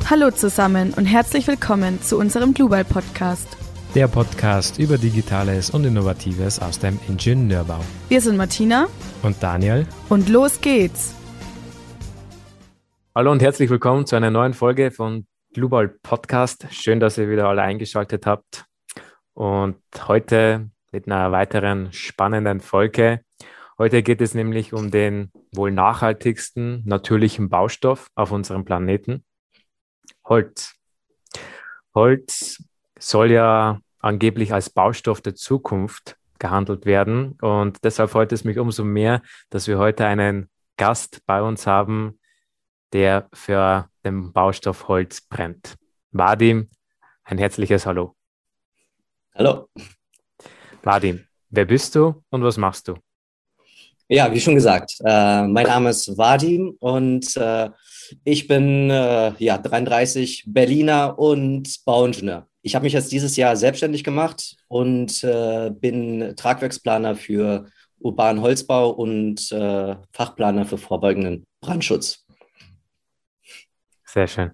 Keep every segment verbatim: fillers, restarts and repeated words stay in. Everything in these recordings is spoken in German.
Hallo zusammen und herzlich willkommen zu unserem Glubal-Podcast. Der Podcast über Digitales und Innovatives aus dem Ingenieurbau. Wir sind Martina und Daniel und los geht's. Hallo und herzlich willkommen zu einer neuen Folge von Glubal Podcast. Schön, dass ihr wieder alle eingeschaltet habt und heute mit einer weiteren spannenden Folge. Heute geht es nämlich um den wohl nachhaltigsten natürlichen Baustoff auf unserem Planeten. Holz. Holz soll ja angeblich als Baustoff der Zukunft gehandelt werden und deshalb freut es mich umso mehr, dass wir heute einen Gast bei uns haben, der für den Baustoff Holz brennt. Vadim, ein herzliches Hallo. Hallo. Vadim, wer bist du und was machst du? Ja, wie schon gesagt, äh, mein Name ist Vadim und äh, ich bin äh, ja, dreiunddreißig, Berliner und Bauingenieur. Ich habe mich jetzt dieses Jahr selbstständig gemacht und äh, bin Tragwerksplaner für urbanen Holzbau und äh, Fachplaner für vorbeugenden Brandschutz. Sehr schön.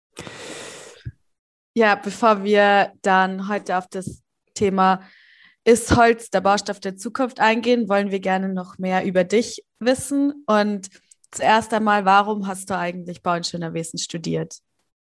Ja, bevor wir dann heute auf das Thema Ist Holz der Baustoff der Zukunft eingehen, wollen wir gerne noch mehr über dich wissen. Und zuerst einmal, warum hast du eigentlich Bauingenieurwesen studiert?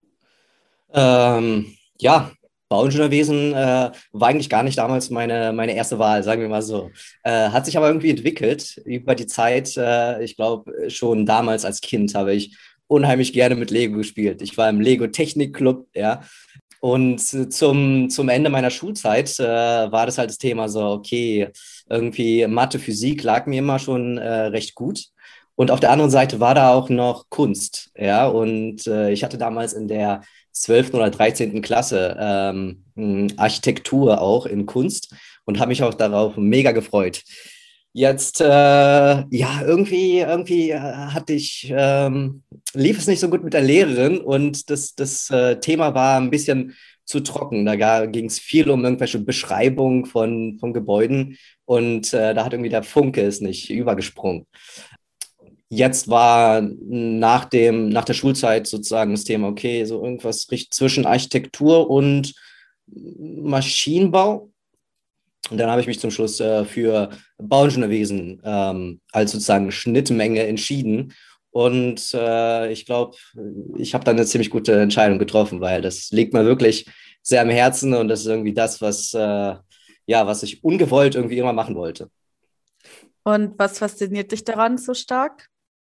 Ähm, ja, Bauingenieurwesen äh, war eigentlich gar nicht damals meine, meine erste Wahl, sagen wir mal so. Äh, hat sich aber irgendwie entwickelt über die Zeit. Äh, ich glaube, schon damals als Kind habe ich unheimlich gerne mit Lego gespielt. Ich war im Lego-Technik-Club, ja. Und zum, zum Ende meiner Schulzeit äh, war das halt das Thema so, okay, irgendwie Mathe, Physik lag mir immer schon äh, recht gut. Und auf der anderen Seite war da auch noch Kunst, ja. Und äh, ich hatte damals in der zwölften oder dreizehnten Klasse ähm, Architektur auch in Kunst und habe mich auch darauf mega gefreut. Jetzt, äh, ja, irgendwie, irgendwie äh, hatte ich, ähm, lief es nicht so gut mit der Lehrerin und das, das äh, Thema war ein bisschen zu trocken. Da ging es viel um irgendwelche Beschreibungen von, von Gebäuden und äh, da hat irgendwie der Funke ist nicht übergesprungen. Jetzt war nach, dem, nach der Schulzeit sozusagen das Thema, okay, so irgendwas zwischen Architektur und Maschinenbau. Und dann habe ich mich zum Schluss äh, für Bauingenieurwesen ähm, als sozusagen Schnittmenge entschieden. Und äh, ich glaube, ich habe dann eine ziemlich gute Entscheidung getroffen, weil das liegt mir wirklich sehr am Herzen und das ist irgendwie das, was, äh, ja, was ich ungewollt irgendwie immer machen wollte. Und was fasziniert dich daran so stark?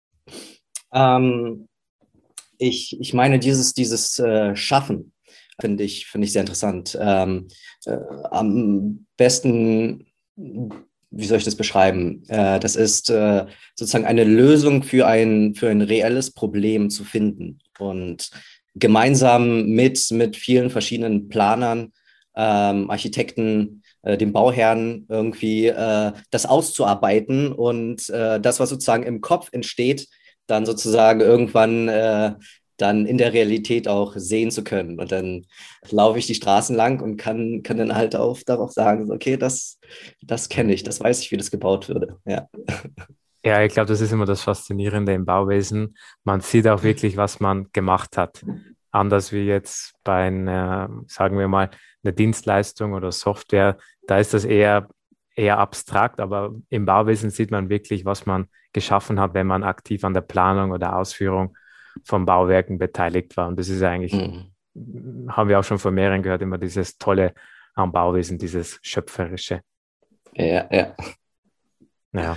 Ähm, ich, ich meine, dieses, dieses äh, Schaffen finde ich, finde ich sehr interessant. Ähm, äh, am besten, wie soll ich das beschreiben? Äh, das ist äh, sozusagen eine Lösung für ein, für ein reelles Problem zu finden und gemeinsam mit, mit vielen verschiedenen Planern, ähm, Architekten, äh, dem Bauherrn irgendwie äh, das auszuarbeiten und äh, das, was sozusagen im Kopf entsteht, dann sozusagen irgendwann äh, dann in der Realität auch sehen zu können. Und dann laufe ich die Straßen lang und kann, kann dann halt auch darauf sagen, okay, das, das kenne ich, das weiß ich, wie das gebaut würde. Ja, Ja, ich glaube, das ist immer das Faszinierende im Bauwesen. Man sieht auch wirklich, was man gemacht hat. Anders wie jetzt bei einer, sagen wir mal, einer Dienstleistung oder Software. Da ist das eher, eher abstrakt, aber im Bauwesen sieht man wirklich, was man geschaffen hat, wenn man aktiv an der Planung oder Ausführung von Bauwerken beteiligt war. Und das ist eigentlich, mhm. haben wir auch schon von mehreren gehört, immer dieses Tolle am Bauwesen, dieses Schöpferische. Ja, ja. Ja.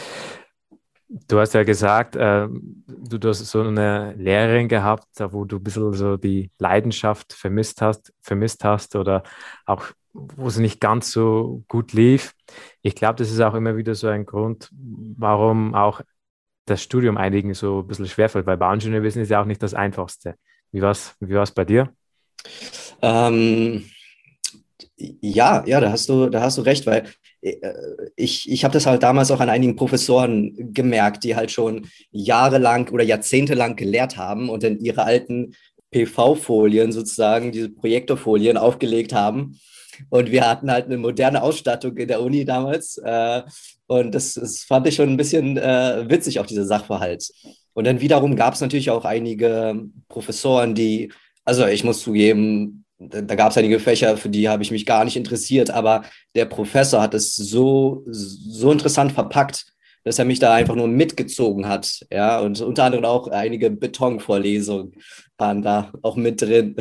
Du hast ja gesagt, äh, du, du hast so eine Lehrerin gehabt, wo du ein bisschen so die Leidenschaft vermisst hast, vermisst hast oder auch, wo es nicht ganz so gut lief. Ich glaube, das ist auch immer wieder so ein Grund, warum auch das Studium einigen so ein bisschen schwerfällt, weil Bauingenieurwesen ist ja auch nicht das Einfachste. Wie war es wie war's bei dir? Ähm, ja, ja, da hast du, da hast du recht, weil äh, ich, ich habe das halt damals auch an einigen Professoren gemerkt, die halt schon jahrelang oder jahrzehntelang gelehrt haben und dann ihre alten P V-Folien sozusagen, diese Projektorfolien aufgelegt haben. Und wir hatten halt eine moderne Ausstattung in der Uni damals. Äh, und das, das fand ich schon ein bisschen äh, witzig, auch dieser Sachverhalt. Und dann wiederum gab es natürlich auch einige Professoren, die Also ich muss zugeben, da, da gab es einige Fächer, für die habe ich mich gar nicht interessiert, aber der Professor hat es so, so interessant verpackt, dass er mich da einfach nur mitgezogen hat. Ja, und unter anderem auch einige Betonvorlesungen waren da auch mit drin.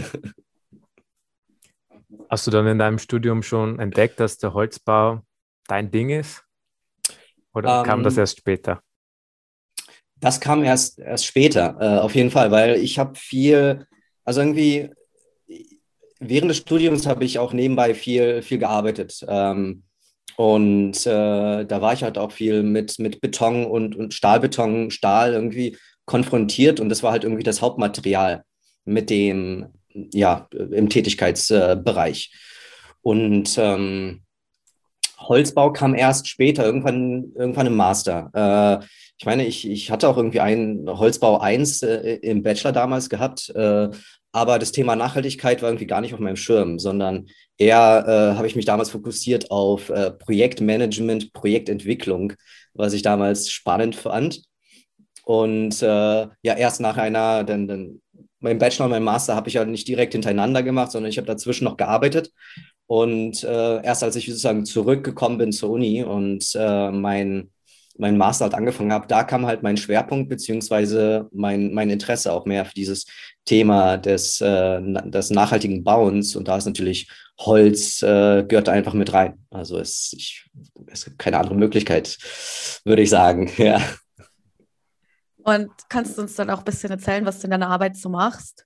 Hast du dann in deinem Studium schon entdeckt, dass der Holzbau dein Ding ist? Oder kam das Ähm, erst später? Das kam erst, erst später, äh, auf jeden Fall, weil ich habe viel, also irgendwie während des Studiums habe ich auch nebenbei viel, viel gearbeitet. Ähm, und äh, da war ich halt auch viel mit, mit Beton und, und Stahlbeton, Stahl irgendwie konfrontiert und das war halt irgendwie das Hauptmaterial mit dem, ja, im Tätigkeitsbereich. Und ähm, Holzbau kam erst später, irgendwann, irgendwann im Master. Äh, ich meine, ich, ich hatte auch irgendwie einen Holzbau eins äh, im Bachelor damals gehabt, äh, aber das Thema Nachhaltigkeit war irgendwie gar nicht auf meinem Schirm, sondern eher äh, habe ich mich damals fokussiert auf äh, Projektmanagement, Projektentwicklung, was ich damals spannend fand. Und äh, ja, erst nach einer, dann, dann mein Bachelor und mein Master habe ich ja nicht direkt hintereinander gemacht, sondern ich habe dazwischen noch gearbeitet. Und äh, erst als ich sozusagen zurückgekommen bin zur Uni und äh, mein, mein Master halt angefangen habe, da kam halt mein Schwerpunkt beziehungsweise mein, mein Interesse auch mehr für dieses Thema des, äh, des nachhaltigen Bauens. Und da ist natürlich Holz äh, gehört da einfach mit rein. Also es, ich, es gibt keine andere Möglichkeit, würde ich sagen. Ja. Und kannst du uns dann auch ein bisschen erzählen, was du in deiner Arbeit so machst?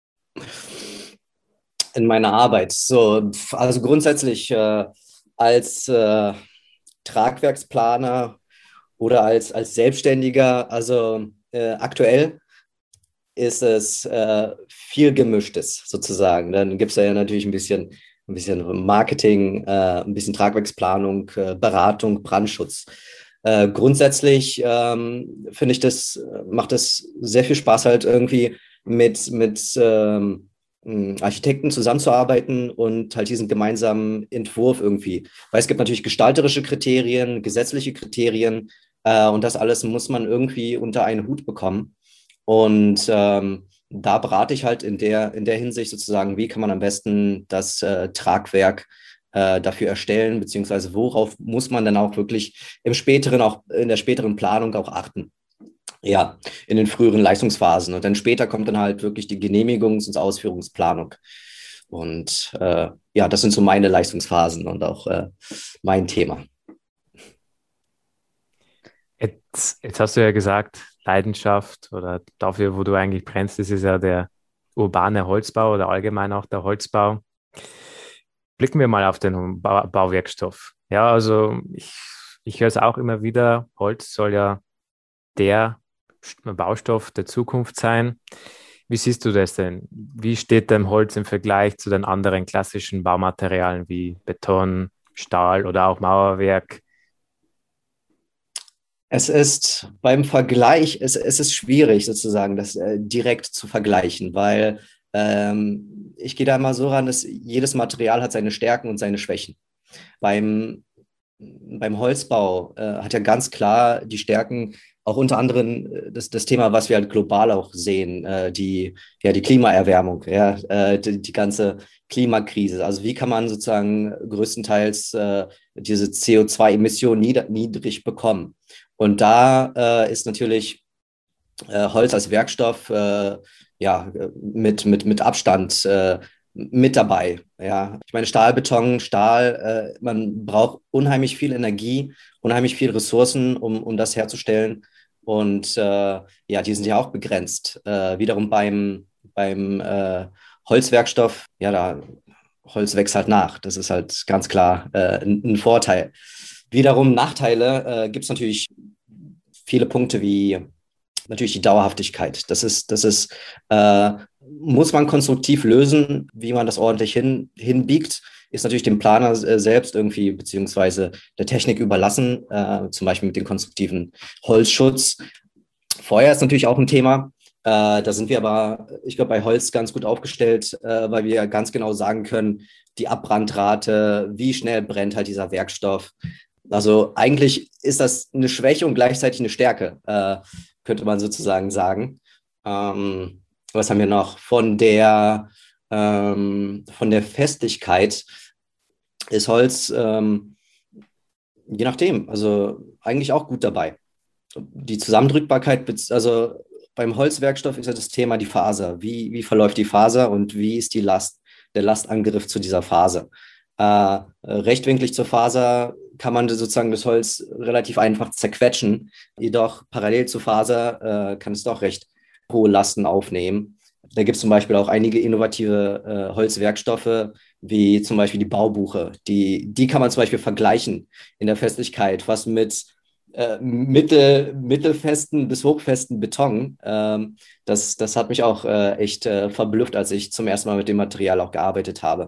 In meiner Arbeit. So, also grundsätzlich äh, als äh, Tragwerksplaner oder als, als Selbstständiger, also äh, aktuell ist es äh, viel Gemischtes sozusagen. Dann gibt es ja natürlich ein bisschen, ein bisschen Marketing, äh, ein bisschen Tragwerksplanung, äh, Beratung, Brandschutz. Äh, grundsätzlich ähm, finde ich das, macht es sehr viel Spaß halt irgendwie mit, mit ähm, Architekten zusammenzuarbeiten und halt diesen gemeinsamen Entwurf irgendwie. Weil es gibt natürlich gestalterische Kriterien, gesetzliche Kriterien äh, und das alles muss man irgendwie unter einen Hut bekommen. Und ähm, da berate ich halt in der, in der Hinsicht sozusagen, wie kann man am besten das äh, Tragwerk äh, dafür erstellen, beziehungsweise worauf muss man dann auch wirklich im späteren, auch in der späteren Planung auch achten. Ja, in den früheren Leistungsphasen. Und dann später kommt dann halt wirklich die Genehmigungs- und Ausführungsplanung. Und äh, ja, das sind so meine Leistungsphasen und auch äh, mein Thema. Jetzt, jetzt hast du ja gesagt, Leidenschaft oder dafür, wo du eigentlich brennst, das ist ja der urbane Holzbau oder allgemein auch der Holzbau. Blicken wir mal auf den Bau Bauwerkstoff. Ja, also ich, ich höre es auch immer wieder, Holz soll ja der Baustoff der Zukunft sein. Wie siehst du das denn? Wie steht denn Holz im Vergleich zu den anderen klassischen Baumaterialien wie Beton, Stahl oder auch Mauerwerk? Es ist beim Vergleich, es, es ist schwierig sozusagen, das äh, direkt zu vergleichen, weil ähm, ich gehe da immer so ran, dass jedes Material hat seine Stärken und seine Schwächen. Beim, beim Holzbau äh, hat ja ganz klar die Stärken, auch unter anderem äh, das, das Thema, was wir halt global auch sehen, äh, die, ja, die Klimaerwärmung, ja, äh, die, die ganze Klimakrise. Also wie kann man sozusagen größtenteils äh, diese C O zwei Emissionen nieder, niedrig bekommen? Und da äh, ist natürlich äh, Holz als Werkstoff äh, ja, mit, mit, mit Abstand äh, mit dabei. Ja. Ich meine, Stahlbeton, Stahl, äh, man braucht unheimlich viel Energie, unheimlich viel Ressourcen, um, um das herzustellen. Und äh, ja, die sind ja auch begrenzt. Äh, wiederum beim, beim äh, Holzwerkstoff, ja, da Holz wächst halt nach. Das ist halt ganz klar äh, ein, ein Vorteil. Wiederum Nachteile äh, gibt es natürlich viele Punkte wie natürlich die Dauerhaftigkeit. Das ist, das ist, äh, muss man konstruktiv lösen, wie man das ordentlich hin, hinbiegt, ist natürlich dem Planer äh, selbst irgendwie, beziehungsweise der Technik überlassen, äh, zum Beispiel mit dem konstruktiven Holzschutz. Feuer ist natürlich auch ein Thema. Äh, da sind wir aber, ich glaube, bei Holz ganz gut aufgestellt, äh, weil wir ganz genau sagen können, die Abbrandrate, wie schnell brennt halt dieser Werkstoff. Also eigentlich ist das eine Schwäche und gleichzeitig eine Stärke, äh, könnte man sozusagen sagen. Ähm, Was haben wir noch? Von der, ähm, von der Festigkeit ist Holz, ähm, je nachdem, also eigentlich auch gut dabei. Die Zusammendrückbarkeit, also beim Holzwerkstoff ist ja das Thema die Faser. Wie, wie verläuft die Faser und wie ist die Last, der Lastangriff zu dieser Faser? Äh, rechtwinklig zur Faser kann man sozusagen das Holz relativ einfach zerquetschen. Jedoch parallel zur Faser äh, kann es doch recht hohe Lasten aufnehmen. Da gibt es zum Beispiel auch einige innovative äh, Holzwerkstoffe, wie zum Beispiel die Baubuche. Die, die kann man zum Beispiel vergleichen in der Festigkeit, was mit äh, mittel, mittelfesten bis hochfesten Beton. Ähm, das, das hat mich auch äh, echt äh, verblüfft, als ich zum ersten Mal mit dem Material auch gearbeitet habe.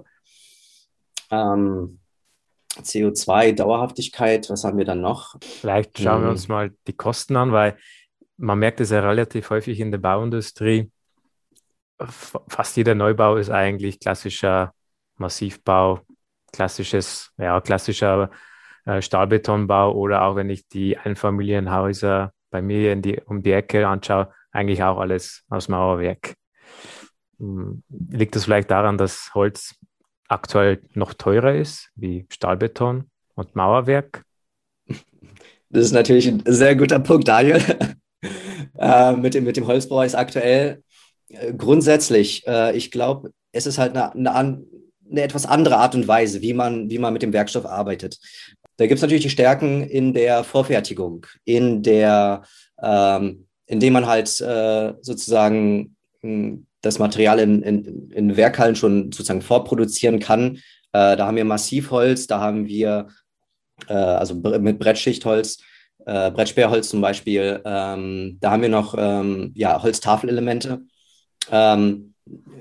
Ähm, C O zwei, Dauerhaftigkeit, was haben wir dann noch? Vielleicht schauen wir Hm. uns mal die Kosten an, weil man merkt es ja relativ häufig in der Bauindustrie. F- Fast jeder Neubau ist eigentlich klassischer Massivbau, klassisches, ja, klassischer äh, Stahlbetonbau oder auch wenn ich die Einfamilienhäuser bei mir in die, um die Ecke anschaue, eigentlich auch alles aus Mauerwerk. Hm, Liegt das vielleicht daran, dass Holz aktuell noch teurer ist wie Stahlbeton und Mauerwerk? Das ist natürlich ein sehr guter Punkt, Daniel. äh, mit dem, mit dem Holzbau ist aktuell äh, grundsätzlich, äh, ich glaube, es ist halt eine, eine, an- eine etwas andere Art und Weise, wie man, wie man mit dem Werkstoff arbeitet. Da gibt es natürlich die Stärken in der Vorfertigung, in der, ähm, indem man halt äh, sozusagen mh, das Material in, in, in Werkhallen schon sozusagen vorproduzieren kann. Äh, da haben wir Massivholz, da haben wir äh, also mit Brettschichtholz, äh, Brettsperrholz zum Beispiel. Ähm, da haben wir noch ähm, ja, Holztafelelemente. Ähm,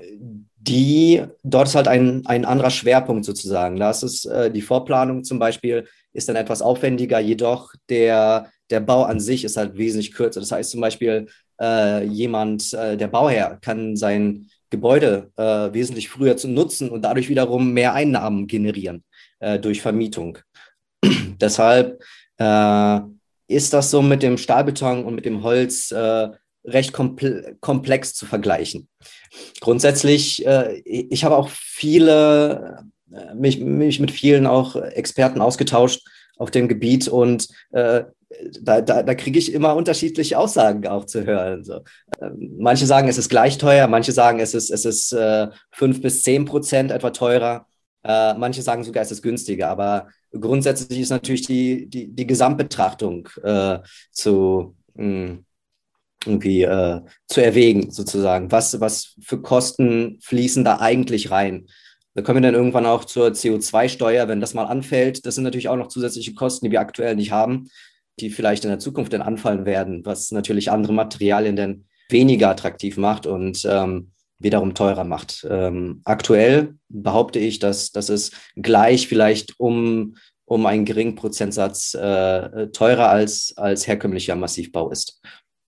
die, dort ist halt ein, ein anderer Schwerpunkt sozusagen. Da ist es, äh, die Vorplanung zum Beispiel ist dann etwas aufwendiger, jedoch der, der Bau an sich ist halt wesentlich kürzer. Das heißt zum Beispiel, äh, jemand, äh, der Bauherr kann sein Gebäude äh, wesentlich früher zu nutzen und dadurch wiederum mehr Einnahmen generieren äh, durch Vermietung. Deshalb äh, ist das so mit dem Stahlbeton und mit dem Holz äh, recht komple komplex zu vergleichen. Grundsätzlich, äh, ich habe auch viele, äh, mich, mich mit vielen auch Experten ausgetauscht auf dem Gebiet und äh, da, da, da kriege ich immer unterschiedliche Aussagen auch zu hören. So. Ähm, manche sagen, es ist gleich teuer, manche sagen, es ist, es ist äh, fünf bis zehn Prozent etwa teurer, äh, manche sagen sogar, es ist günstiger, aber grundsätzlich ist natürlich die, die, die Gesamtbetrachtung äh, zu, mh, irgendwie äh, zu erwägen, sozusagen. Was, was für Kosten fließen da eigentlich rein? Da kommen wir dann irgendwann auch zur C O zwei Steuer, wenn das mal anfällt. Das sind natürlich auch noch zusätzliche Kosten, die wir aktuell nicht haben, die vielleicht in der Zukunft dann anfallen werden, was natürlich andere Materialien dann weniger attraktiv macht und ähm, wiederum teurer macht. Ähm, aktuell behaupte ich, dass, dass es gleich vielleicht um, um einen geringen Prozentsatz äh, teurer als, als herkömmlicher Massivbau ist.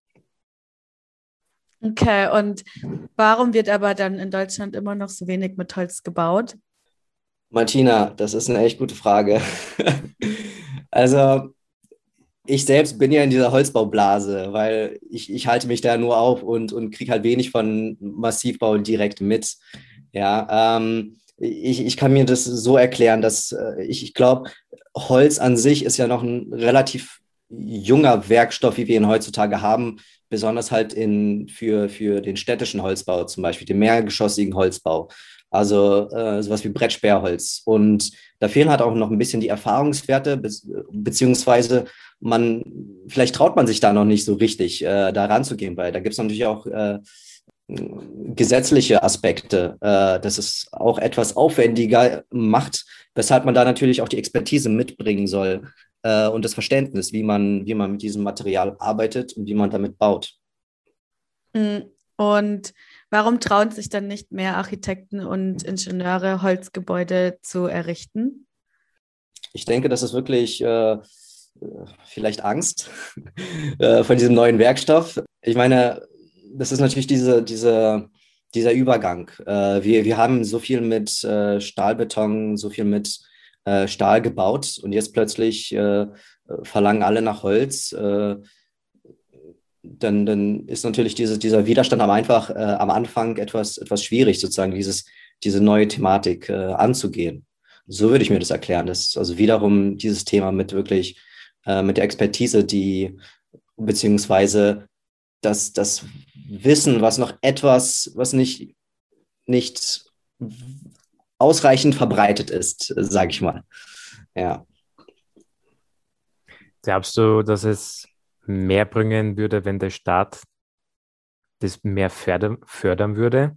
Okay, und warum wird aber dann in Deutschland immer noch so wenig mit Holz gebaut? Martina, das ist eine echt gute Frage. Also, ich selbst bin ja in dieser Holzbaublase, weil ich, ich halte mich da nur auf und, und kriege halt wenig von Massivbau direkt mit. Ja, ähm, ich, ich kann mir das so erklären, dass äh, ich, ich glaube, Holz an sich ist ja noch ein relativ junger Werkstoff, wie wir ihn heutzutage haben, besonders halt in, für, für den städtischen Holzbau zum Beispiel, den mehrgeschossigen Holzbau. Also äh, sowas wie Brettsperrholz. Und da fehlen halt auch noch ein bisschen die Erfahrungswerte, be beziehungsweise man, vielleicht traut man sich da noch nicht so richtig, äh, da ranzugehen, weil da gibt es natürlich auch äh, gesetzliche Aspekte, äh, dass es auch etwas aufwendiger macht, weshalb man da natürlich auch die Expertise mitbringen soll äh, und das Verständnis, wie man, wie man mit diesem Material arbeitet und wie man damit baut. Mm, Und warum trauen sich dann nicht mehr Architekten und Ingenieure, Holzgebäude zu errichten? Ich denke, das ist wirklich äh, vielleicht Angst äh, von diesem neuen Werkstoff. Ich meine, das ist natürlich diese, diese, dieser Übergang. Äh, wir, wir haben so viel mit äh, Stahlbeton, so viel mit äh, Stahl gebaut und jetzt plötzlich äh, verlangen alle nach Holz. Äh, dann, dann ist natürlich diese, dieser Widerstand am, einfach, äh, am Anfang etwas, etwas schwierig, sozusagen dieses, diese neue Thematik äh, anzugehen. So würde ich mir das erklären. Das ist also wiederum dieses Thema mit wirklich, äh, mit der Expertise, die, beziehungsweise das, das Wissen, was noch etwas, was nicht, nicht ausreichend verbreitet ist, sage ich mal. Ja. Glaubst du, dass es mehr bringen würde, wenn der Staat das mehr fördern, fördern würde?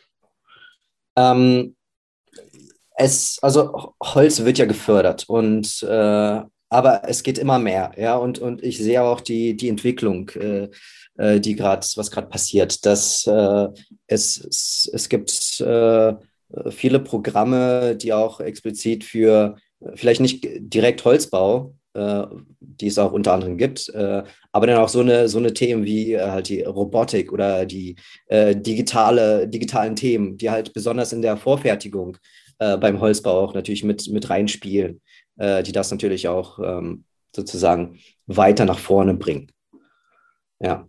Ähm, es, also Holz wird ja gefördert und äh, aber es geht immer mehr, ja, und, und ich sehe auch die, die Entwicklung, äh, äh, die gerade, was gerade passiert, dass äh, es, es, es gibt äh, viele Programme, die auch explizit für vielleicht nicht direkt Holzbau, äh, die es auch unter anderem gibt, äh, aber dann auch so eine, so eine Themen wie äh, halt die Robotik oder die äh, digitale, digitalen Themen, die halt besonders in der Vorfertigung äh, beim Holzbau auch natürlich mit, mit reinspielen, äh, die das natürlich auch ähm, sozusagen weiter nach vorne bringen. Ja.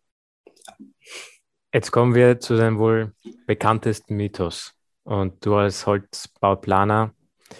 Jetzt kommen wir zu dem wohl bekanntesten Mythos. Und du als Holzbauplaner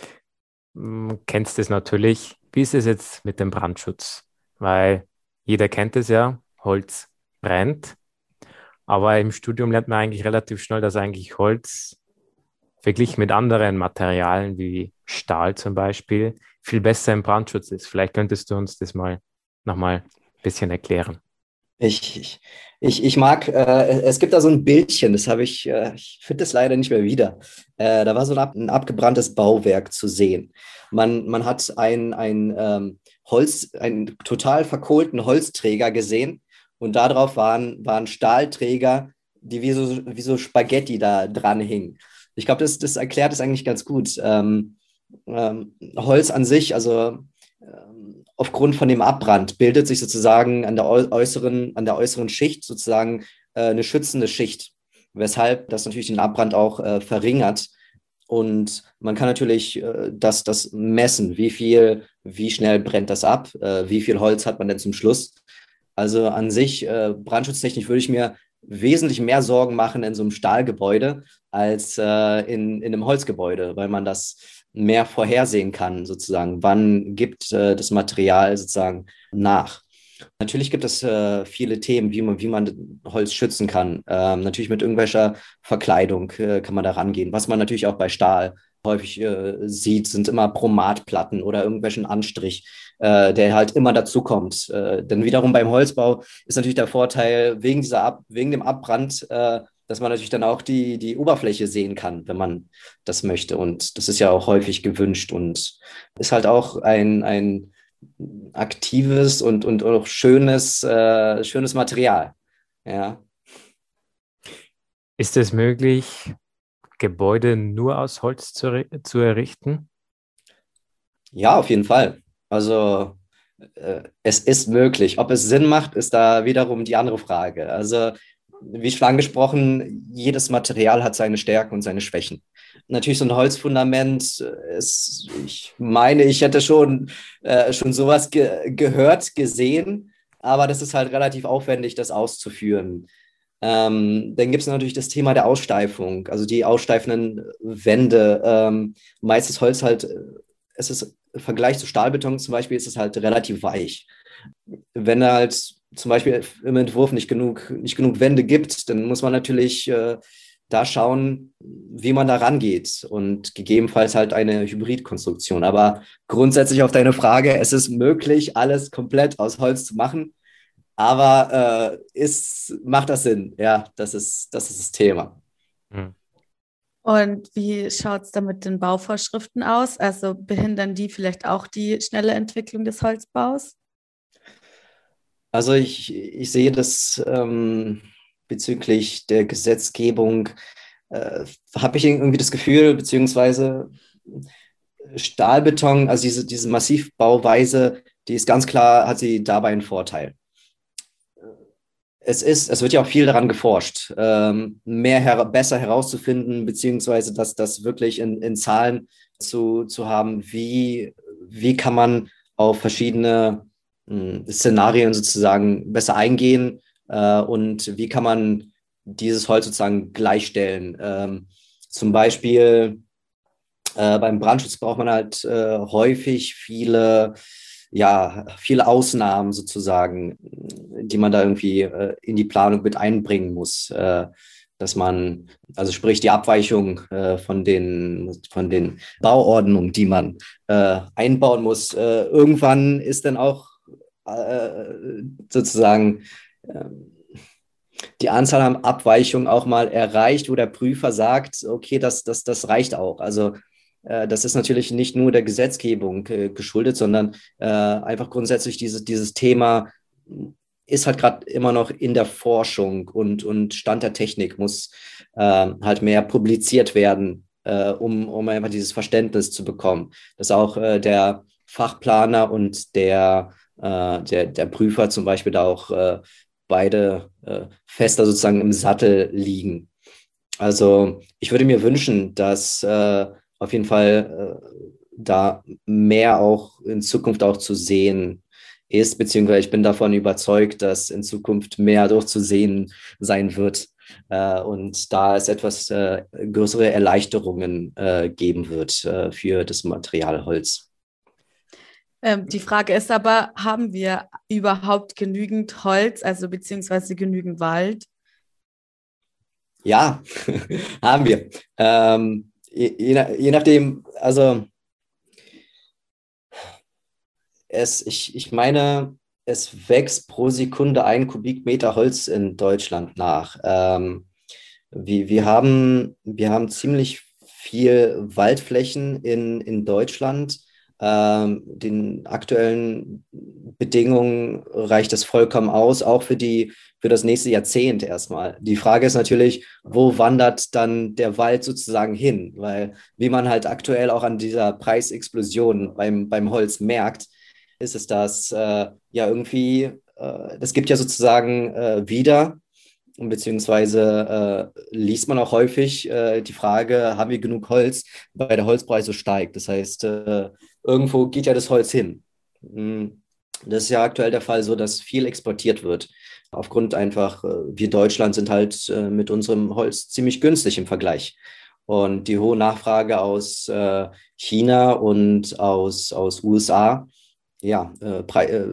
mh, kennst es natürlich. Wie ist es jetzt mit dem Brandschutz? Weil jeder kennt es ja, Holz brennt. Aber im Studium lernt man eigentlich relativ schnell, dass eigentlich Holz verglichen mit anderen Materialien wie Stahl zum Beispiel viel besser im Brandschutz ist. Vielleicht könntest du uns das mal nochmal ein bisschen erklären. Ich, ich, ich, ich mag, äh, es gibt da so ein Bildchen, das habe ich, äh, ich finde das leider nicht mehr wieder. Äh, da war so ein, ab, ein abgebranntes Bauwerk zu sehen. Man, man hat ein, ein ähm, Holz, einen total verkohlten Holzträger gesehen und darauf waren, waren Stahlträger, die wie so, wie so Spaghetti da dran hingen. Ich glaube, das, das erklärt es eigentlich ganz gut. Ähm, ähm, Holz an sich, also ähm, aufgrund von dem Abbrand bildet sich sozusagen an der äußeren, an der äußeren Schicht sozusagen äh, eine schützende Schicht, weshalb das natürlich den Abbrand auch äh, verringert. Und man kann natürlich äh, das, das messen, wie viel, wie schnell brennt das ab, äh, wie viel Holz hat man denn zum Schluss. Also an sich, äh, brandschutztechnisch würde ich mir wesentlich mehr Sorgen machen in so einem Stahlgebäude als äh, in, in einem Holzgebäude, weil man das mehr vorhersehen kann, sozusagen. Wann gibt äh, das Material sozusagen nach? Natürlich gibt es äh, viele Themen, wie man, wie man Holz schützen kann. Ähm, natürlich mit irgendwelcher Verkleidung äh, kann man da rangehen. Was man natürlich auch bei Stahl häufig äh, sieht, sind immer Bromatplatten oder irgendwelchen Anstrich, äh, der halt immer dazu kommt. Äh, denn wiederum beim Holzbau ist natürlich der Vorteil, wegen, dieser Ab wegen dem Abbrand, äh, dass man natürlich dann auch die, die Oberfläche sehen kann, wenn man das möchte. Und das ist ja auch häufig gewünscht und ist halt auch ein, ein aktives und, und auch schönes, äh, schönes Material. Ja. Ist es möglich, Gebäude nur aus Holz zu, erri- zu errichten? Ja, auf jeden Fall. Also äh, es ist möglich. Ob es Sinn macht, ist da wiederum die andere Frage. Also wie schon angesprochen, jedes Material hat seine Stärken und seine Schwächen. Natürlich so ein Holzfundament ist, ich meine, ich hätte schon, äh, schon sowas ge gehört, gesehen, aber das ist halt relativ aufwendig, das auszuführen. Ähm, dann gibt es natürlich das Thema der Aussteifung, also die aussteifenden Wände. Ähm, meist Holz halt, es ist im Vergleich zu Stahlbeton zum Beispiel, ist es halt relativ weich. Wenn er halt zum Beispiel im Entwurf nicht genug, nicht genug Wände gibt, dann muss man natürlich äh, da schauen, wie man da rangeht und gegebenenfalls halt eine Hybridkonstruktion. Aber grundsätzlich auf deine Frage, es ist möglich, alles komplett aus Holz zu machen, aber äh, ist, macht das Sinn? Ja, das ist, das ist das Thema. Hm. Und wie schaut es da mit den Bauvorschriften aus? Also behindern die vielleicht auch die schnelle Entwicklung des Holzbaus? Also ich, ich sehe das ähm, bezüglich der Gesetzgebung, äh, habe ich irgendwie das Gefühl, beziehungsweise Stahlbeton, also diese, diese Massivbauweise, die ist ganz klar, hat sie dabei einen Vorteil. Es ist, es wird ja auch viel daran geforscht, ähm, mehr her besser herauszufinden, beziehungsweise das, das wirklich in, in Zahlen zu, zu haben, wie, wie kann man auf verschiedene mh, Szenarien sozusagen besser eingehen äh, und wie kann man dieses Holz sozusagen gleichstellen. Ähm, zum Beispiel äh, beim Brandschutz braucht man halt äh, häufig viele, ja, viele Ausnahmen sozusagen, die man da irgendwie äh, in die Planung mit einbringen muss. Äh, dass man, also sprich die Abweichung äh, von den, von den Bauordnungen, die man äh, einbauen muss. Äh, irgendwann ist dann auch äh, sozusagen äh, die Anzahl an Abweichungen auch mal erreicht, wo der Prüfer sagt, okay, das, das, das reicht auch. Also äh, das ist natürlich nicht nur der Gesetzgebung äh, geschuldet, sondern äh, einfach grundsätzlich dieses, dieses Thema ist halt gerade immer noch in der Forschung und, und Stand der Technik muss äh, halt mehr publiziert werden, äh, um, um einfach dieses Verständnis zu bekommen, dass auch äh, der Fachplaner und der, äh, der, der Prüfer zum Beispiel da auch äh, beide äh, fester sozusagen im Sattel liegen. Also ich würde mir wünschen, dass äh, auf jeden Fall äh, da mehr auch in Zukunft auch zu sehen ist, beziehungsweise ich bin davon überzeugt, dass in Zukunft mehr durchzusehen sein wird äh, und da es etwas äh, größere Erleichterungen äh, geben wird äh, für das Material Holz. Ähm, die Frage ist aber, haben wir überhaupt genügend Holz, also beziehungsweise genügend Wald? Ja, haben wir. Ähm, je, je, je nachdem, also es, ich, ich meine, es wächst pro Sekunde ein Kubikmeter Holz in Deutschland nach. Ähm, wir, wir haben, wir haben ziemlich viel Waldflächen in, in Deutschland. Ähm, den aktuellen Bedingungen reicht es vollkommen aus, auch für die, für das nächste Jahrzehnt erstmal. Die Frage ist natürlich, wo wandert dann der Wald sozusagen hin? Weil, wie man halt aktuell auch an dieser Preisexplosion beim, beim Holz merkt, ist es das äh, ja irgendwie, äh, das gibt ja sozusagen äh, wieder, beziehungsweise äh, liest man auch häufig äh, die Frage, haben wir genug Holz, weil der Holzpreis so steigt. Das heißt, äh, irgendwo geht ja das Holz hin. Mm, Das ist ja aktuell der Fall so, dass viel exportiert wird. Aufgrund einfach, äh, wir Deutschland sind halt äh, mit unserem Holz ziemlich günstig im Vergleich. Und die hohe Nachfrage aus äh, China und aus, aus U S A, ja, äh, äh,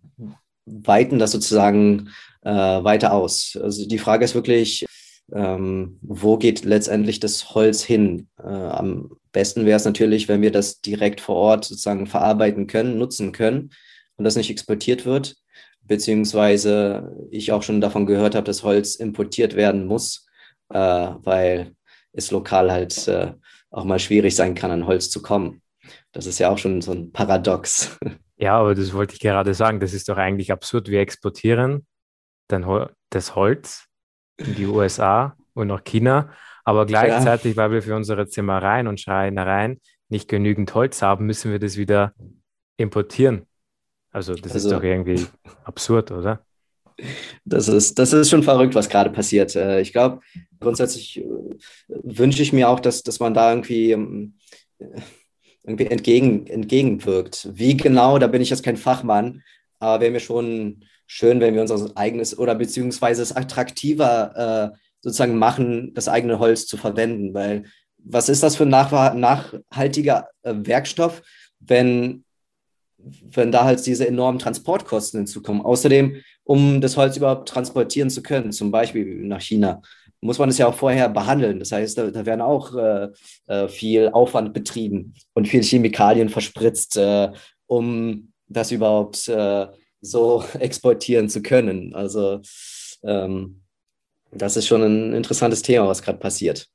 weiten das sozusagen äh, weiter aus. Also die Frage ist wirklich, ähm, wo geht letztendlich das Holz hin? Äh, am besten wäre es natürlich, wenn wir das direkt vor Ort sozusagen verarbeiten können, nutzen können und das nicht exportiert wird, beziehungsweise ich auch schon davon gehört habe, dass Holz importiert werden muss, äh, weil es lokal halt äh, auch mal schwierig sein kann, an Holz zu kommen. Das ist ja auch schon so ein Paradox. Ja, aber das wollte ich gerade sagen. Das ist doch eigentlich absurd. Wir exportieren dann Hol das Holz in die U S A und nach China, aber Ja, gleichzeitig, weil wir für unsere Zimmereien und Schreinereien nicht genügend Holz haben, müssen wir das wieder importieren. Also das ist doch also irgendwie absurd, oder? das ist, das ist schon verrückt, was gerade passiert. Äh, Ich glaube, grundsätzlich äh, wünsche ich mir auch, dass, dass man da irgendwie, ähm, irgendwie entgegen, entgegenwirkt. Wie genau, da bin ich jetzt kein Fachmann, aber wäre mir schon schön, wenn wir unser eigenes oder beziehungsweise es attraktiver äh, sozusagen machen, das eigene Holz zu verwenden. Weil was ist das für ein nach, nachhaltiger äh, Werkstoff, wenn wenn da halt diese enormen Transportkosten hinzukommen. Außerdem, um das Holz überhaupt transportieren zu können, zum Beispiel nach China, muss man es ja auch vorher behandeln. Das heißt, da, da werden auch äh, äh, viel Aufwand betrieben und viel Chemikalien verspritzt, äh, um das überhaupt äh, so exportieren zu können. Also ähm, das ist schon ein interessantes Thema, was gerade passiert.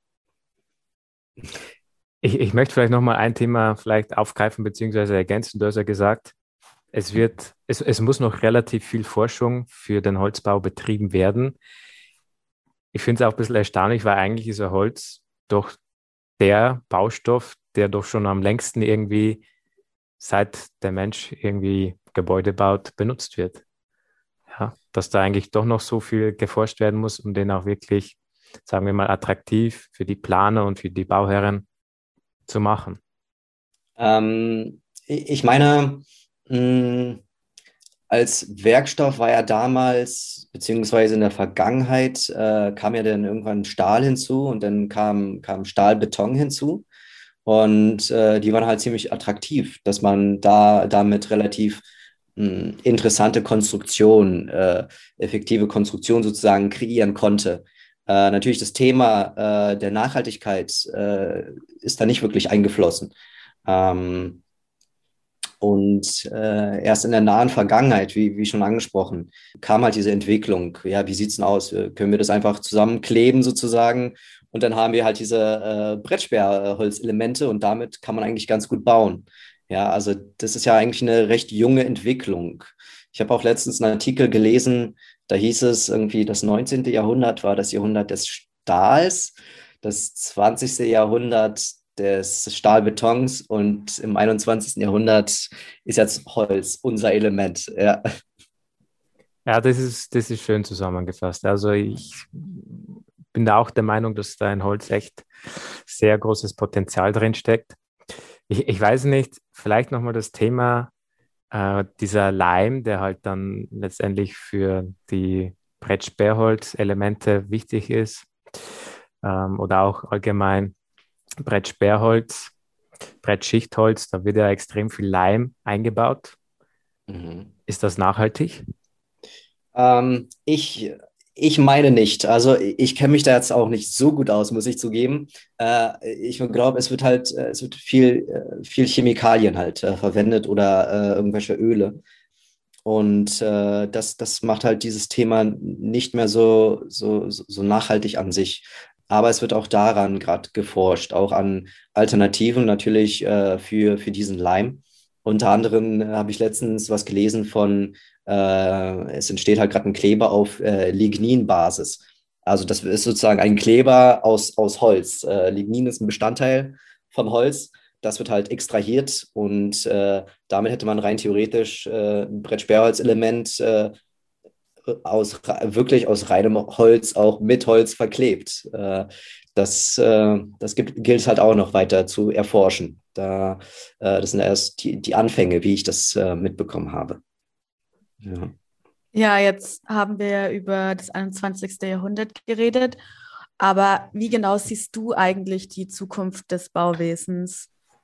Ich, ich möchte vielleicht nochmal ein Thema vielleicht aufgreifen bzw. ergänzen. Du hast ja gesagt, es wird, es, es muss noch relativ viel Forschung für den Holzbau betrieben werden. Ich finde es auch ein bisschen erstaunlich, weil eigentlich ist ja Holz doch der Baustoff, der doch schon am längsten irgendwie, seit der Mensch irgendwie Gebäude baut, benutzt wird. Ja, dass da eigentlich doch noch so viel geforscht werden muss, um den auch wirklich, sagen wir mal, attraktiv für die Planer und für die Bauherren zu machen. Ähm, ich meine, mh, als Werkstoff war er damals beziehungsweise in der Vergangenheit äh, kam ja dann irgendwann Stahl hinzu und dann kam, kam Stahlbeton hinzu. Und äh, die waren halt ziemlich attraktiv, dass man da damit relativ mh, interessante Konstruktion, äh, effektive Konstruktion sozusagen kreieren konnte. Äh, natürlich das Thema äh, der Nachhaltigkeit äh, ist da nicht wirklich eingeflossen. Ähm, und äh, erst in der nahen Vergangenheit, wie, wie schon angesprochen, kam halt diese Entwicklung. Ja, wie sieht es denn aus? Äh, Können wir das einfach zusammenkleben sozusagen? Und dann haben wir halt diese äh, Brettsperrholzelemente und damit kann man eigentlich ganz gut bauen. Ja, also das ist ja eigentlich eine recht junge Entwicklung. Ich habe auch letztens einen Artikel gelesen, da hieß es irgendwie, das neunzehnte. Jahrhundert war das Jahrhundert des Stahls, das zwanzigste. Jahrhundert des Stahlbetons und im einundzwanzigsten. Jahrhundert ist jetzt Holz unser Element. Ja. Ja, das ist, das ist schön zusammengefasst. Also ich bin da auch der Meinung, dass da in Holz echt sehr großes Potenzial drin steckt. Ich, ich weiß nicht, vielleicht nochmal das Thema äh, dieser Leim, der halt dann letztendlich für die Brettsperrholz-Elemente wichtig ist, ähm, oder auch allgemein Brettsperrholz, Brettschichtholz, da wird ja extrem viel Leim eingebaut. Mhm. Ist das nachhaltig? Ähm, ich, ich meine nicht. Also ich kenne mich da jetzt auch nicht so gut aus, muss ich zugeben. Äh, ich glaube, es wird halt, äh, es wird viel, äh, viel Chemikalien halt äh, verwendet oder äh, irgendwelche Öle. Und äh, das, das macht halt dieses Thema nicht mehr so, so, so so nachhaltig an sich. Aber es wird auch daran gerade geforscht, auch an Alternativen natürlich äh, für, für diesen Leim. Unter anderem äh, habe ich letztens was gelesen von, äh, es entsteht halt gerade ein Kleber auf äh, Ligninbasis. Also das ist sozusagen ein Kleber aus, aus Holz. Äh, Lignin ist ein Bestandteil von Holz. Das wird halt extrahiert und äh, damit hätte man rein theoretisch äh, ein Brettsperrholzelement äh, aus, wirklich aus reinem Holz auch mit Holz verklebt. Äh, das äh, das gibt, gilt es halt auch noch weiter zu erforschen. Da, äh, das sind erst die, die Anfänge, wie ich das äh, mitbekommen habe. Ja. Ja, jetzt haben wir ja über das einundzwanzigste. Jahrhundert geredet, aber wie genau siehst du eigentlich die Zukunft des Bauwesens?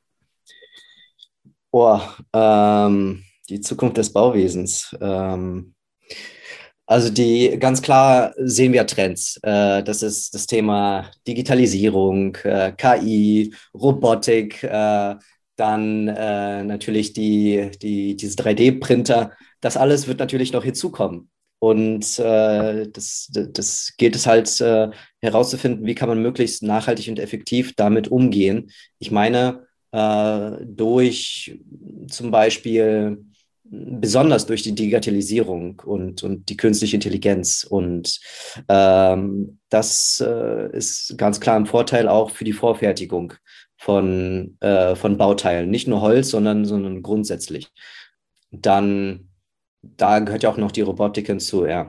Boah, ähm, die Zukunft des Bauwesens. Ähm, Also die ganz klar sehen wir Trends. Äh, das ist das Thema Digitalisierung, äh, K I, Robotik, äh, dann äh, natürlich die, die, diese drei D-Printer. Das alles wird natürlich noch hinzukommen. Und äh, das, das gilt es halt äh, herauszufinden, wie kann man möglichst nachhaltig und effektiv damit umgehen. Ich meine, äh, durch zum Beispiel besonders durch die Digitalisierung und, und die künstliche Intelligenz. Und ähm, das äh, ist ganz klar ein Vorteil auch für die Vorfertigung von, äh, von Bauteilen. Nicht nur Holz, sondern, sondern grundsätzlich. Dann, da gehört ja auch noch die Robotik hinzu, ja.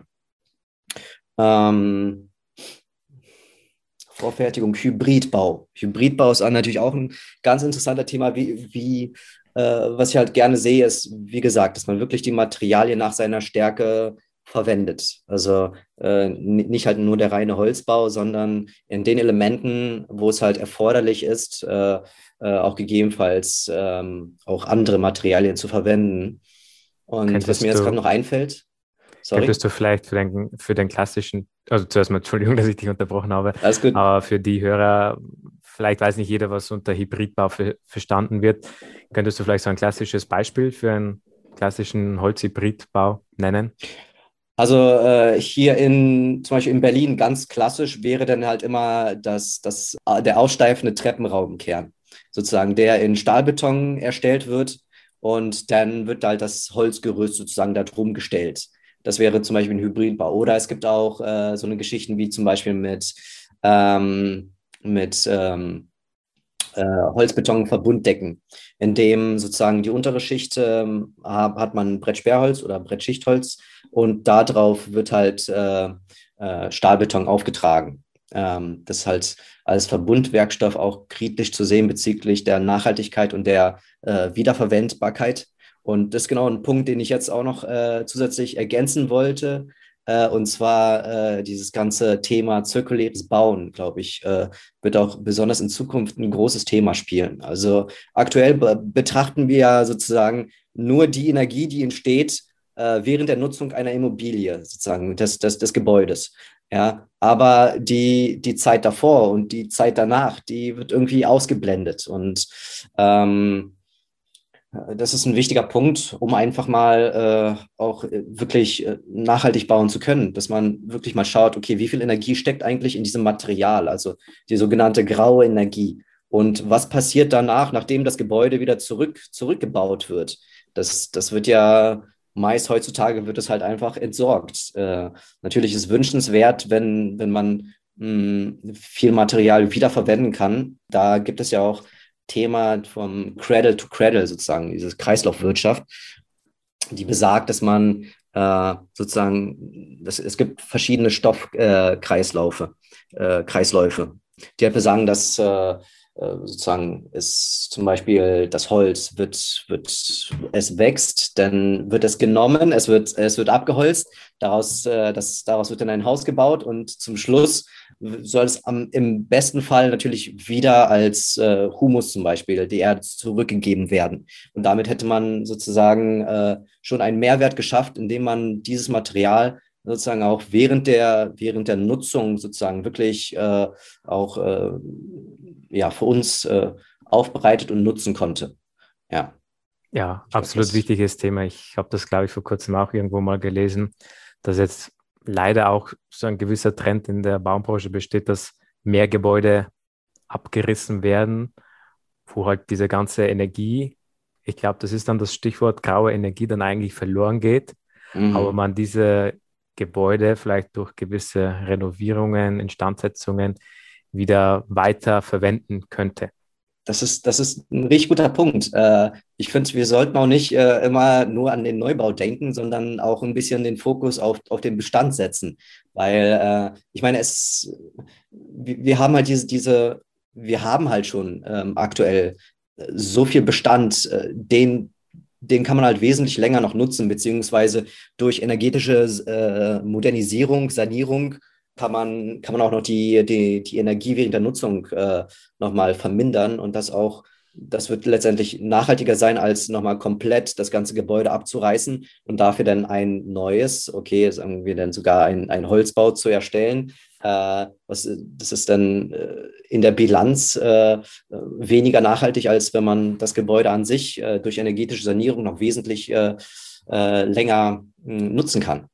Ähm, Vorfertigung, Hybridbau. Hybridbau ist natürlich auch ein ganz interessanter Thema, wie, wie äh, was ich halt gerne sehe, ist, wie gesagt, dass man wirklich die Materialien nach seiner Stärke verwendet. Also äh, nicht halt nur der reine Holzbau, sondern in den Elementen, wo es halt erforderlich ist, äh, äh, auch gegebenenfalls ähm, auch andere Materialien zu verwenden. Und was mir Könntest jetzt gerade du, noch einfällt, sorry, könntest du vielleicht für den, für den klassischen, also zuerst mal Entschuldigung, dass ich dich unterbrochen habe, alles gut. aber für die Hörer, vielleicht weiß nicht jeder, was unter Hybridbau für, verstanden wird. Könntest du vielleicht so ein klassisches Beispiel für einen klassischen Holzhybridbau nennen? Also äh, hier in, zum Beispiel in Berlin ganz klassisch wäre dann halt immer das, das, äh, der aussteifende Treppenraumenkern, sozusagen, der in Stahlbeton erstellt wird und dann wird halt das Holzgerüst sozusagen da drum gestellt. Das wäre zum Beispiel ein Hybridbau. Oder es gibt auch äh, so eine Geschichten wie zum Beispiel mit, ähm, mit ähm, äh, Holzbeton-Verbunddecken, in dem sozusagen die untere Schicht ähm, hat man Brettsperrholz oder Brettschichtholz und darauf wird halt äh, äh, Stahlbeton aufgetragen. Ähm, das ist halt als Verbundwerkstoff auch kritisch zu sehen bezüglich der Nachhaltigkeit und der äh, Wiederverwendbarkeit. Und das ist genau ein Punkt, den ich jetzt auch noch äh, zusätzlich ergänzen wollte. Äh, und zwar äh, dieses ganze Thema zirkuläres Bauen, glaube ich, äh, wird auch besonders in Zukunft ein großes Thema spielen. Also aktuell be betrachten wir ja sozusagen nur die Energie, die entsteht äh, während der Nutzung einer Immobilie, sozusagen des, des, des Gebäudes. Ja, aber die, die Zeit davor und die Zeit danach, die wird irgendwie ausgeblendet. Und ähm, das ist ein wichtiger Punkt, um einfach mal äh, auch äh, wirklich äh, nachhaltig bauen zu können, dass man wirklich mal schaut, okay, wie viel Energie steckt eigentlich in diesem Material, also die sogenannte graue Energie. Und was passiert danach, nachdem das Gebäude wieder zurück, zurückgebaut wird? Das, das wird ja meist heutzutage wird es halt einfach entsorgt. Äh, natürlich ist es wünschenswert, wenn, wenn man mh, viel Material wiederverwenden kann. Da gibt es ja auch Thema vom Cradle to Cradle sozusagen, diese Kreislaufwirtschaft, die besagt, dass man äh, sozusagen, das, es gibt verschiedene Stoffkreislaufe, äh, äh, Kreisläufe, die halt besagen, dass äh, sozusagen ist zum Beispiel das Holz wird, wird, es wächst, dann wird es genommen, es wird, es wird abgeholzt, daraus, äh, das, daraus wird dann ein Haus gebaut und zum Schluss soll es am, im besten Fall natürlich wieder als äh, Humus zum Beispiel die Erde zurückgegeben werden. Und damit hätte man sozusagen äh, schon einen Mehrwert geschafft, indem man dieses Material sozusagen auch während der, während der Nutzung sozusagen wirklich äh, auch äh, ja, für uns äh, aufbereitet und nutzen konnte. Ja, Ja, ich glaub, absolut das, wichtiges Thema. Ich habe das, glaube ich, vor kurzem auch irgendwo mal gelesen, dass jetzt leider auch so ein gewisser Trend in der Baubranche besteht, dass mehr Gebäude abgerissen werden, wo halt diese ganze Energie, ich glaube, das ist dann das Stichwort graue Energie, dann eigentlich verloren geht, aber mhm. man diese Gebäude vielleicht durch gewisse Renovierungen, Instandsetzungen wieder weiter verwenden könnte. Das ist, das ist ein richtig guter Punkt. Äh, ich finde, wir sollten auch nicht äh, immer nur an den Neubau denken, sondern auch ein bisschen den Fokus auf, auf den Bestand setzen. Weil äh, ich meine, es, wir, wir haben halt diese, diese, wir haben halt schon ähm, aktuell äh, so viel Bestand, äh, den, den kann man halt wesentlich länger noch nutzen, beziehungsweise durch energetische äh, Modernisierung, Sanierung kann man, kann man auch noch die, die, die Energie während der Nutzung äh, nochmal vermindern und das auch, das wird letztendlich nachhaltiger sein, als nochmal komplett das ganze Gebäude abzureißen und dafür dann ein neues, okay, sagen wir dann sogar ein, ein Holzbau zu erstellen. Äh, was, das ist dann äh, in der Bilanz äh, weniger nachhaltig, als wenn man das Gebäude an sich äh, durch energetische Sanierung noch wesentlich äh, äh, länger mh, nutzen kann.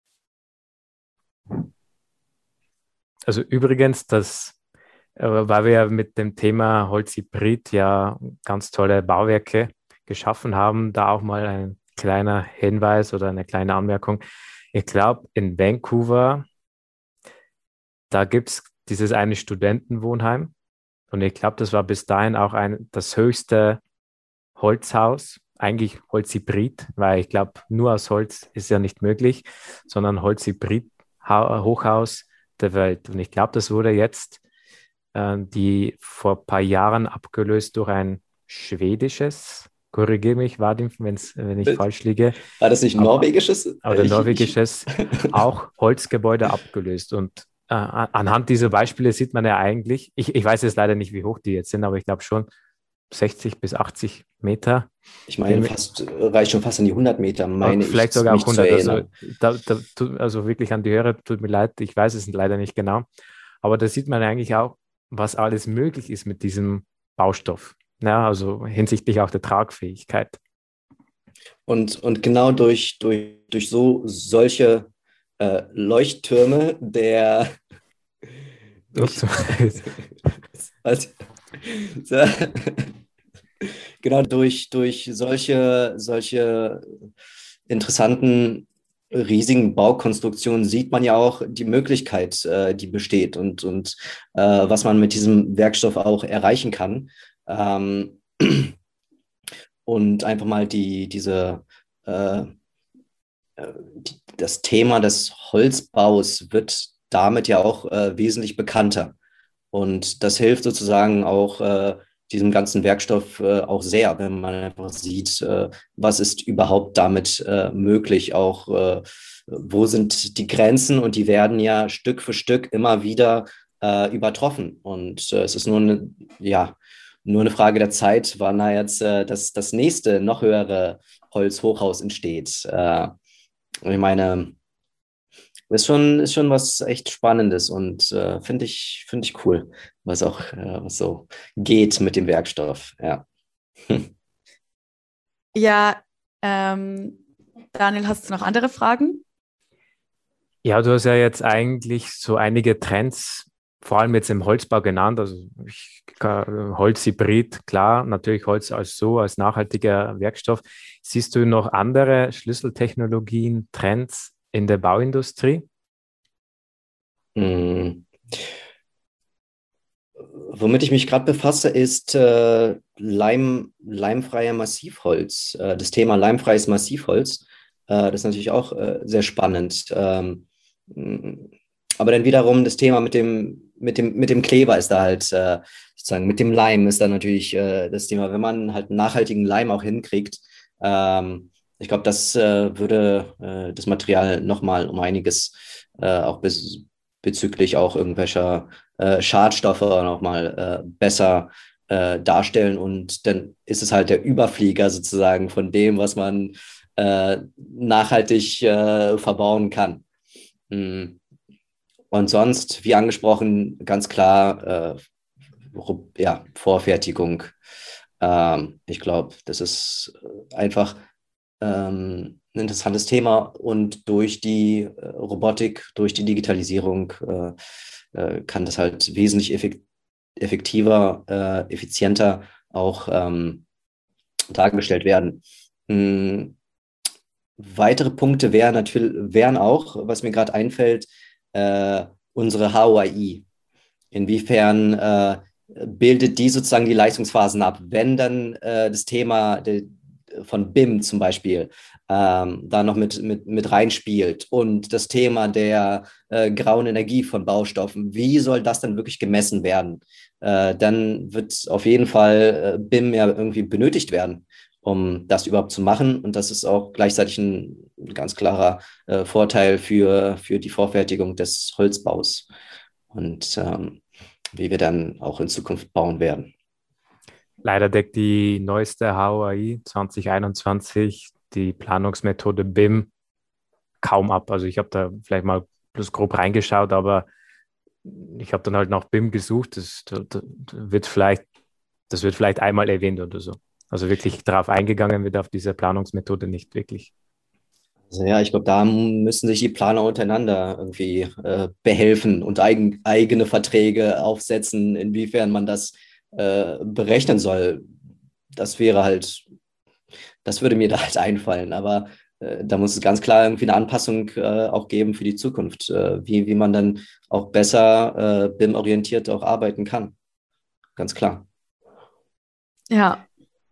Also übrigens, das, äh, weil wir ja mit dem Thema Holzhybrid ja ganz tolle Bauwerke geschaffen haben, da auch mal ein kleiner Hinweis oder eine kleine Anmerkung. Ich glaube, in Vancouver, da gibt es dieses eine Studentenwohnheim und ich glaube, das war bis dahin auch ein, das höchste Holzhaus, eigentlich Holzhybrid, weil ich glaube, nur aus Holz ist ja nicht möglich, sondern Holzhybrid-Hochhaus der Welt. Und ich glaube, das wurde jetzt äh, die vor ein paar Jahren abgelöst durch ein schwedisches, korrigiere mich, Vadim, wenn's, wenn ich falsch liege. War das nicht ein aber, norwegisches? Oder Ich, norwegisches, ich auch Holzgebäude abgelöst. Und äh, anhand dieser Beispiele sieht man ja eigentlich, ich, ich weiß jetzt leider nicht, wie hoch die jetzt sind, aber ich glaube schon sechzig bis achtzig Meter. Ich meine, fast, reicht schon fast an die hundert Meter, meine ich. Vielleicht sogar auch hundert. Also, da, da, also wirklich an die Hörer, tut mir leid, ich weiß es leider nicht genau. Aber da sieht man eigentlich auch, was alles möglich ist mit diesem Baustoff. Ja, also hinsichtlich auch der Tragfähigkeit. Und, und genau durch, durch, durch so solche äh, Leuchttürme der durch, also, so, genau durch, durch solche, solche interessanten, riesigen Baukonstruktionen sieht man ja auch die Möglichkeit, äh, die besteht und, und äh, was man mit diesem Werkstoff auch erreichen kann. Ähm, und einfach mal die, diese, äh, die, das Thema des Holzbaus wird damit ja auch äh, wesentlich bekannter. Und das hilft sozusagen auch äh, diesem ganzen Werkstoff äh, auch sehr, wenn man einfach sieht, äh, was ist überhaupt damit äh, möglich, auch äh, wo sind die Grenzen? Und die werden ja Stück für Stück immer wieder äh, übertroffen. Und äh, es ist nur eine, ja, nur eine Frage der Zeit, wann da jetzt äh, das, das nächste, noch höhere Holzhochhaus entsteht. Äh, ich meine, ist schon, ist schon was echt Spannendes und äh, finde ich, finde ich cool, was auch äh, was so geht mit dem Werkstoff. Ja. Ja, ähm, Daniel, hast du noch andere Fragen? Ja, du hast ja jetzt eigentlich so einige Trends, vor allem jetzt im Holzbau genannt. Also ich, Holzhybrid, klar, natürlich Holz als so, als nachhaltiger Werkstoff. Siehst du noch andere Schlüsseltechnologien, Trends in der Bauindustrie? Mm. Womit ich mich gerade befasse, ist äh, Leim, leimfreier Massivholz. Äh, das Thema leimfreies Massivholz, äh, das ist natürlich auch äh, sehr spannend. Ähm, aber dann wiederum das Thema mit dem, mit dem, mit dem Kleber ist da halt, äh, sozusagen, mit dem Leim ist da natürlich äh, das Thema. Wenn man halt einen nachhaltigen Leim auch hinkriegt, ähm, ich glaube, das äh, würde äh, das Material nochmal um einiges äh, auch bez bezüglich auch irgendwelcher äh, Schadstoffe nochmal äh, besser äh, darstellen. Und dann ist es halt der Überflieger sozusagen von dem, was man äh, nachhaltig äh, verbauen kann. Mm. Und sonst, wie angesprochen, ganz klar, äh, ja, Vorfertigung. Ähm, ich glaube, das ist einfach ähm, ein interessantes Thema und durch die äh, Robotik, durch die Digitalisierung äh, äh, kann das halt wesentlich effekt effektiver, äh, effizienter auch ähm, dargestellt werden. Mhm. Weitere Punkte wären natürlich, wären auch, was mir gerade einfällt, äh, unsere H O A I. Inwiefern äh, bildet die sozusagen die Leistungsphasen ab? Wenn dann äh, das Thema de, von B I M zum Beispiel ähm, da noch mit, mit, mit reinspielt und das Thema der äh, grauen Energie von Baustoffen, wie soll das dann wirklich gemessen werden? Äh, dann wird auf jeden Fall äh, B I M ja irgendwie benötigt werden, um das überhaupt zu machen. Und das ist auch gleichzeitig ein ganz klarer äh, Vorteil für, für die Vorfertigung des Holzbaus. Und ähm, wie wir dann auch in Zukunft bauen werden. Leider deckt die neueste H O A I zwanzig einundzwanzig die Planungsmethode B I M kaum ab. Also ich habe da vielleicht mal bloß grob reingeschaut, aber ich habe dann halt nach B I M gesucht. Das, das wird vielleicht, das wird vielleicht einmal erwähnt oder so. Also wirklich darauf eingegangen wird auf diese Planungsmethode nicht wirklich. Also ja, ich glaube, da müssen sich die Planer untereinander irgendwie äh, behelfen und eigen, eigene Verträge aufsetzen, inwiefern man das äh, berechnen soll. Das wäre halt, das würde mir da halt einfallen. Aber äh, da muss es ganz klar irgendwie eine Anpassung äh, auch geben für die Zukunft, äh, wie, wie man dann auch besser äh, B I M-orientiert auch arbeiten kann. Ganz klar. Ja,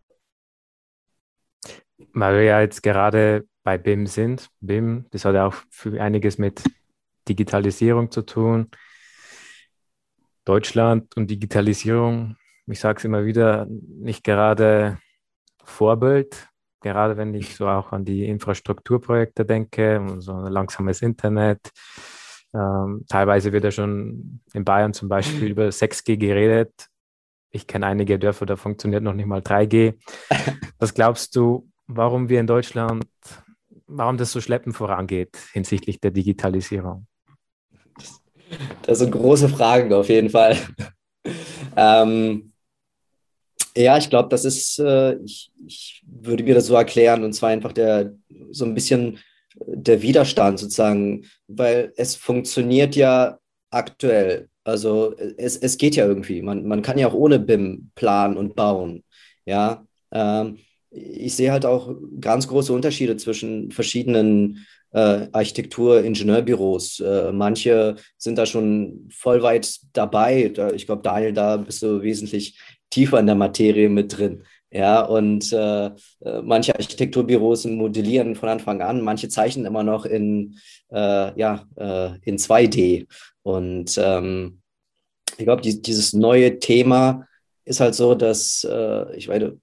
Weil wir ja jetzt gerade bei B I M sind. B I M, das hat ja auch für einiges mit Digitalisierung zu tun. Deutschland und Digitalisierung, ich sage es immer wieder, nicht gerade Vorbild, gerade wenn ich so auch an die Infrastrukturprojekte denke, so ein langsames Internet. Ähm, teilweise wird ja schon in Bayern zum Beispiel über sechs G geredet. Ich kenne einige Dörfer, da funktioniert noch nicht mal drei G. Was glaubst du, warum wir in Deutschland, warum das so schleppend vorangeht hinsichtlich der Digitalisierung? Das sind große Fragen auf jeden Fall. ähm, ja, ich glaube, das ist, äh, ich, ich würde mir das so erklären, und zwar einfach der, so ein bisschen der Widerstand sozusagen, weil es funktioniert ja aktuell. Also es, es geht ja irgendwie. Man, man kann ja auch ohne B I M planen und bauen. Ja, ähm, ich sehe halt auch ganz große Unterschiede zwischen verschiedenen äh, Architektur-Ingenieurbüros. Äh, manche sind da schon voll weit dabei. Da, ich glaube, Daniel, da bist du wesentlich tiefer in der Materie mit drin. Ja, und äh, äh, manche Architekturbüros modellieren von Anfang an, manche zeichnen immer noch in, äh, ja, äh, in zwei D. Und ähm, ich glaube, die, dieses neue Thema ist halt so, dass, äh, ich meine,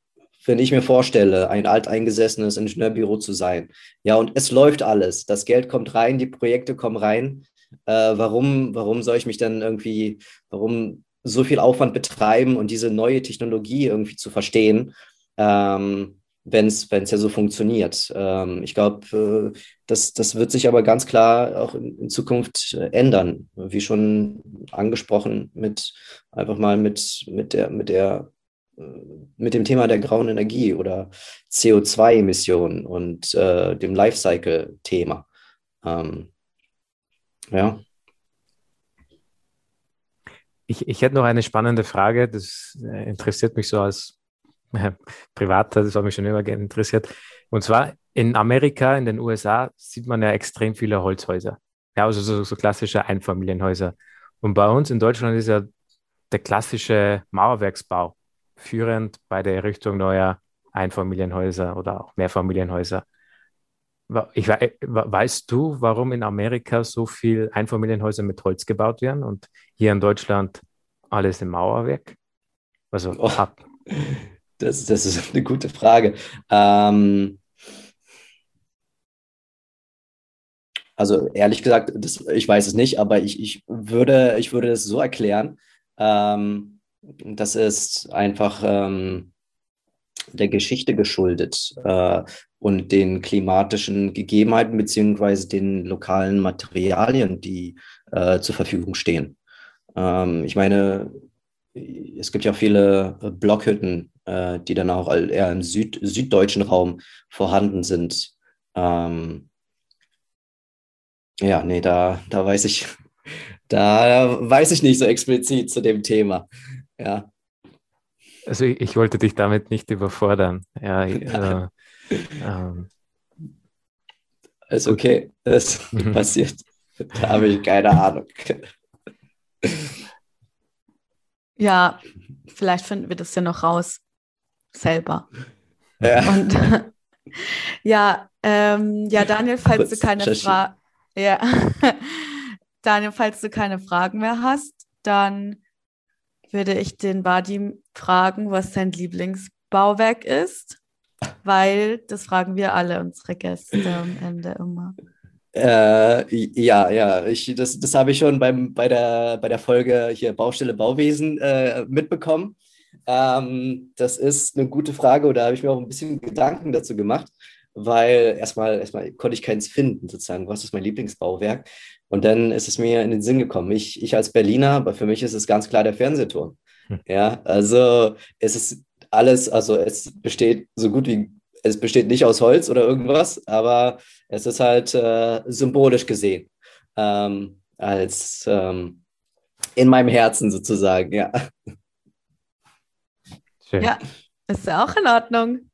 wenn ich mir vorstelle, ein alteingesessenes Ingenieurbüro zu sein, ja, und es läuft alles, das Geld kommt rein, die Projekte kommen rein, äh, warum, warum soll ich mich dann irgendwie, warum so viel Aufwand betreiben und diese neue Technologie irgendwie zu verstehen, ähm, wenn es ja so funktioniert. Ähm, ich glaube, äh, das, das wird sich aber ganz klar auch in, in Zukunft äh, ändern, wie schon angesprochen, mit einfach mal mit, mit der, mit der mit dem Thema der grauen Energie oder C O zwei Emissionen und äh, dem Lifecycle-Thema. Ähm, ja. Ich, ich hätte noch eine spannende Frage, das äh, interessiert mich so als äh, Privater, das hat mich schon immer gerne interessiert. Und zwar in Amerika, in den U S A, sieht man ja extrem viele Holzhäuser. Ja, also so, so klassische Einfamilienhäuser. Und bei uns in Deutschland ist ja der klassische Mauerwerksbau führend bei der Errichtung neuer Einfamilienhäuser oder auch Mehrfamilienhäuser. Ich, weißt du, warum in Amerika so viel Einfamilienhäuser mit Holz gebaut werden und hier in Deutschland alles im Mauerwerk? Also Oh, ab. das, das ist eine gute Frage. Ähm, also ehrlich gesagt, das, ich weiß es nicht, aber ich, ich, würde, ich würde es so erklären. Ähm, Das ist einfach ähm, der Geschichte geschuldet äh, und den klimatischen Gegebenheiten beziehungsweise den lokalen Materialien, die äh, zur Verfügung stehen. Ähm, ich meine, es gibt ja auch viele Blockhütten, äh, die dann auch eher im Süd, süddeutschen Raum vorhanden sind. Ähm, ja, nee, da, da weiß ich, da weiß ich nicht so explizit zu dem Thema. Ja. Also ich, ich wollte dich damit nicht überfordern. Ja, äh, ähm, ist okay, das mhm. passiert. Da habe ich keine Ahnung. Ja, vielleicht finden wir das ja noch raus selber. Ja. Und ja, ähm, ja, Daniel, falls du keine Fragen, ja. Daniel, falls du keine Fragen mehr hast, dann würde ich den Vadim fragen, was sein Lieblingsbauwerk ist, weil das fragen wir alle unsere Gäste am Ende immer. Äh, ja, ja, ich, das, das habe ich schon beim, bei, der, bei der Folge hier Baustelle Bauwesen äh, mitbekommen. Ähm, das ist eine gute Frage und da habe ich mir auch ein bisschen Gedanken dazu gemacht, weil erstmal, erstmal konnte ich keins finden, sozusagen, was ist mein Lieblingsbauwerk? Und dann ist es mir in den Sinn gekommen. Ich, ich als Berliner, aber für mich ist es ganz klar der Fernsehturm. Ja, also es ist alles, also es besteht so gut wie, es besteht nicht aus Holz oder irgendwas, aber es ist halt äh, symbolisch gesehen, ähm, als ähm, in meinem Herzen sozusagen, ja. Schön. Ja, ist ja auch in Ordnung.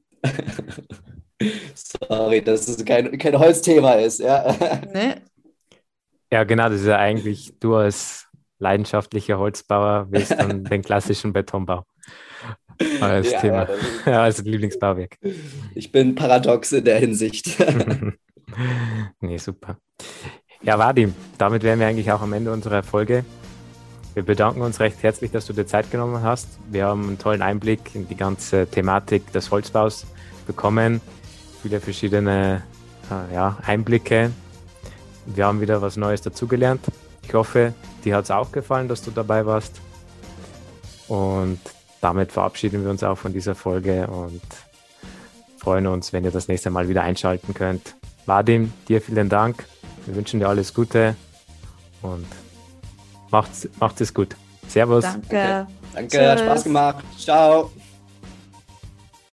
Sorry, dass es kein, kein Holzthema ist, ja. Ne? Ja, genau, das ist ja eigentlich, du als leidenschaftlicher Holzbauer willst dann den klassischen Betonbau als Ja, Thema, ja, ja, als Lieblingsbauwerk. Ich bin paradox in der Hinsicht. Nee, super. Ja, Vadim, damit wären wir eigentlich auch am Ende unserer Folge. Wir bedanken uns recht herzlich, dass du dir Zeit genommen hast. Wir haben einen tollen Einblick in die ganze Thematik des Holzbaus bekommen. Viele verschiedene äh, ja, Einblicke. Wir haben wieder was Neues dazugelernt. Ich hoffe, dir hat es auch gefallen, dass du dabei warst. Und damit verabschieden wir uns auch von dieser Folge und freuen uns, wenn ihr das nächste Mal wieder einschalten könnt. Vadim, dir vielen Dank. Wir wünschen dir alles Gute und macht's, macht's es gut. Servus. Danke. Danke, hat Spaß gemacht. Ciao.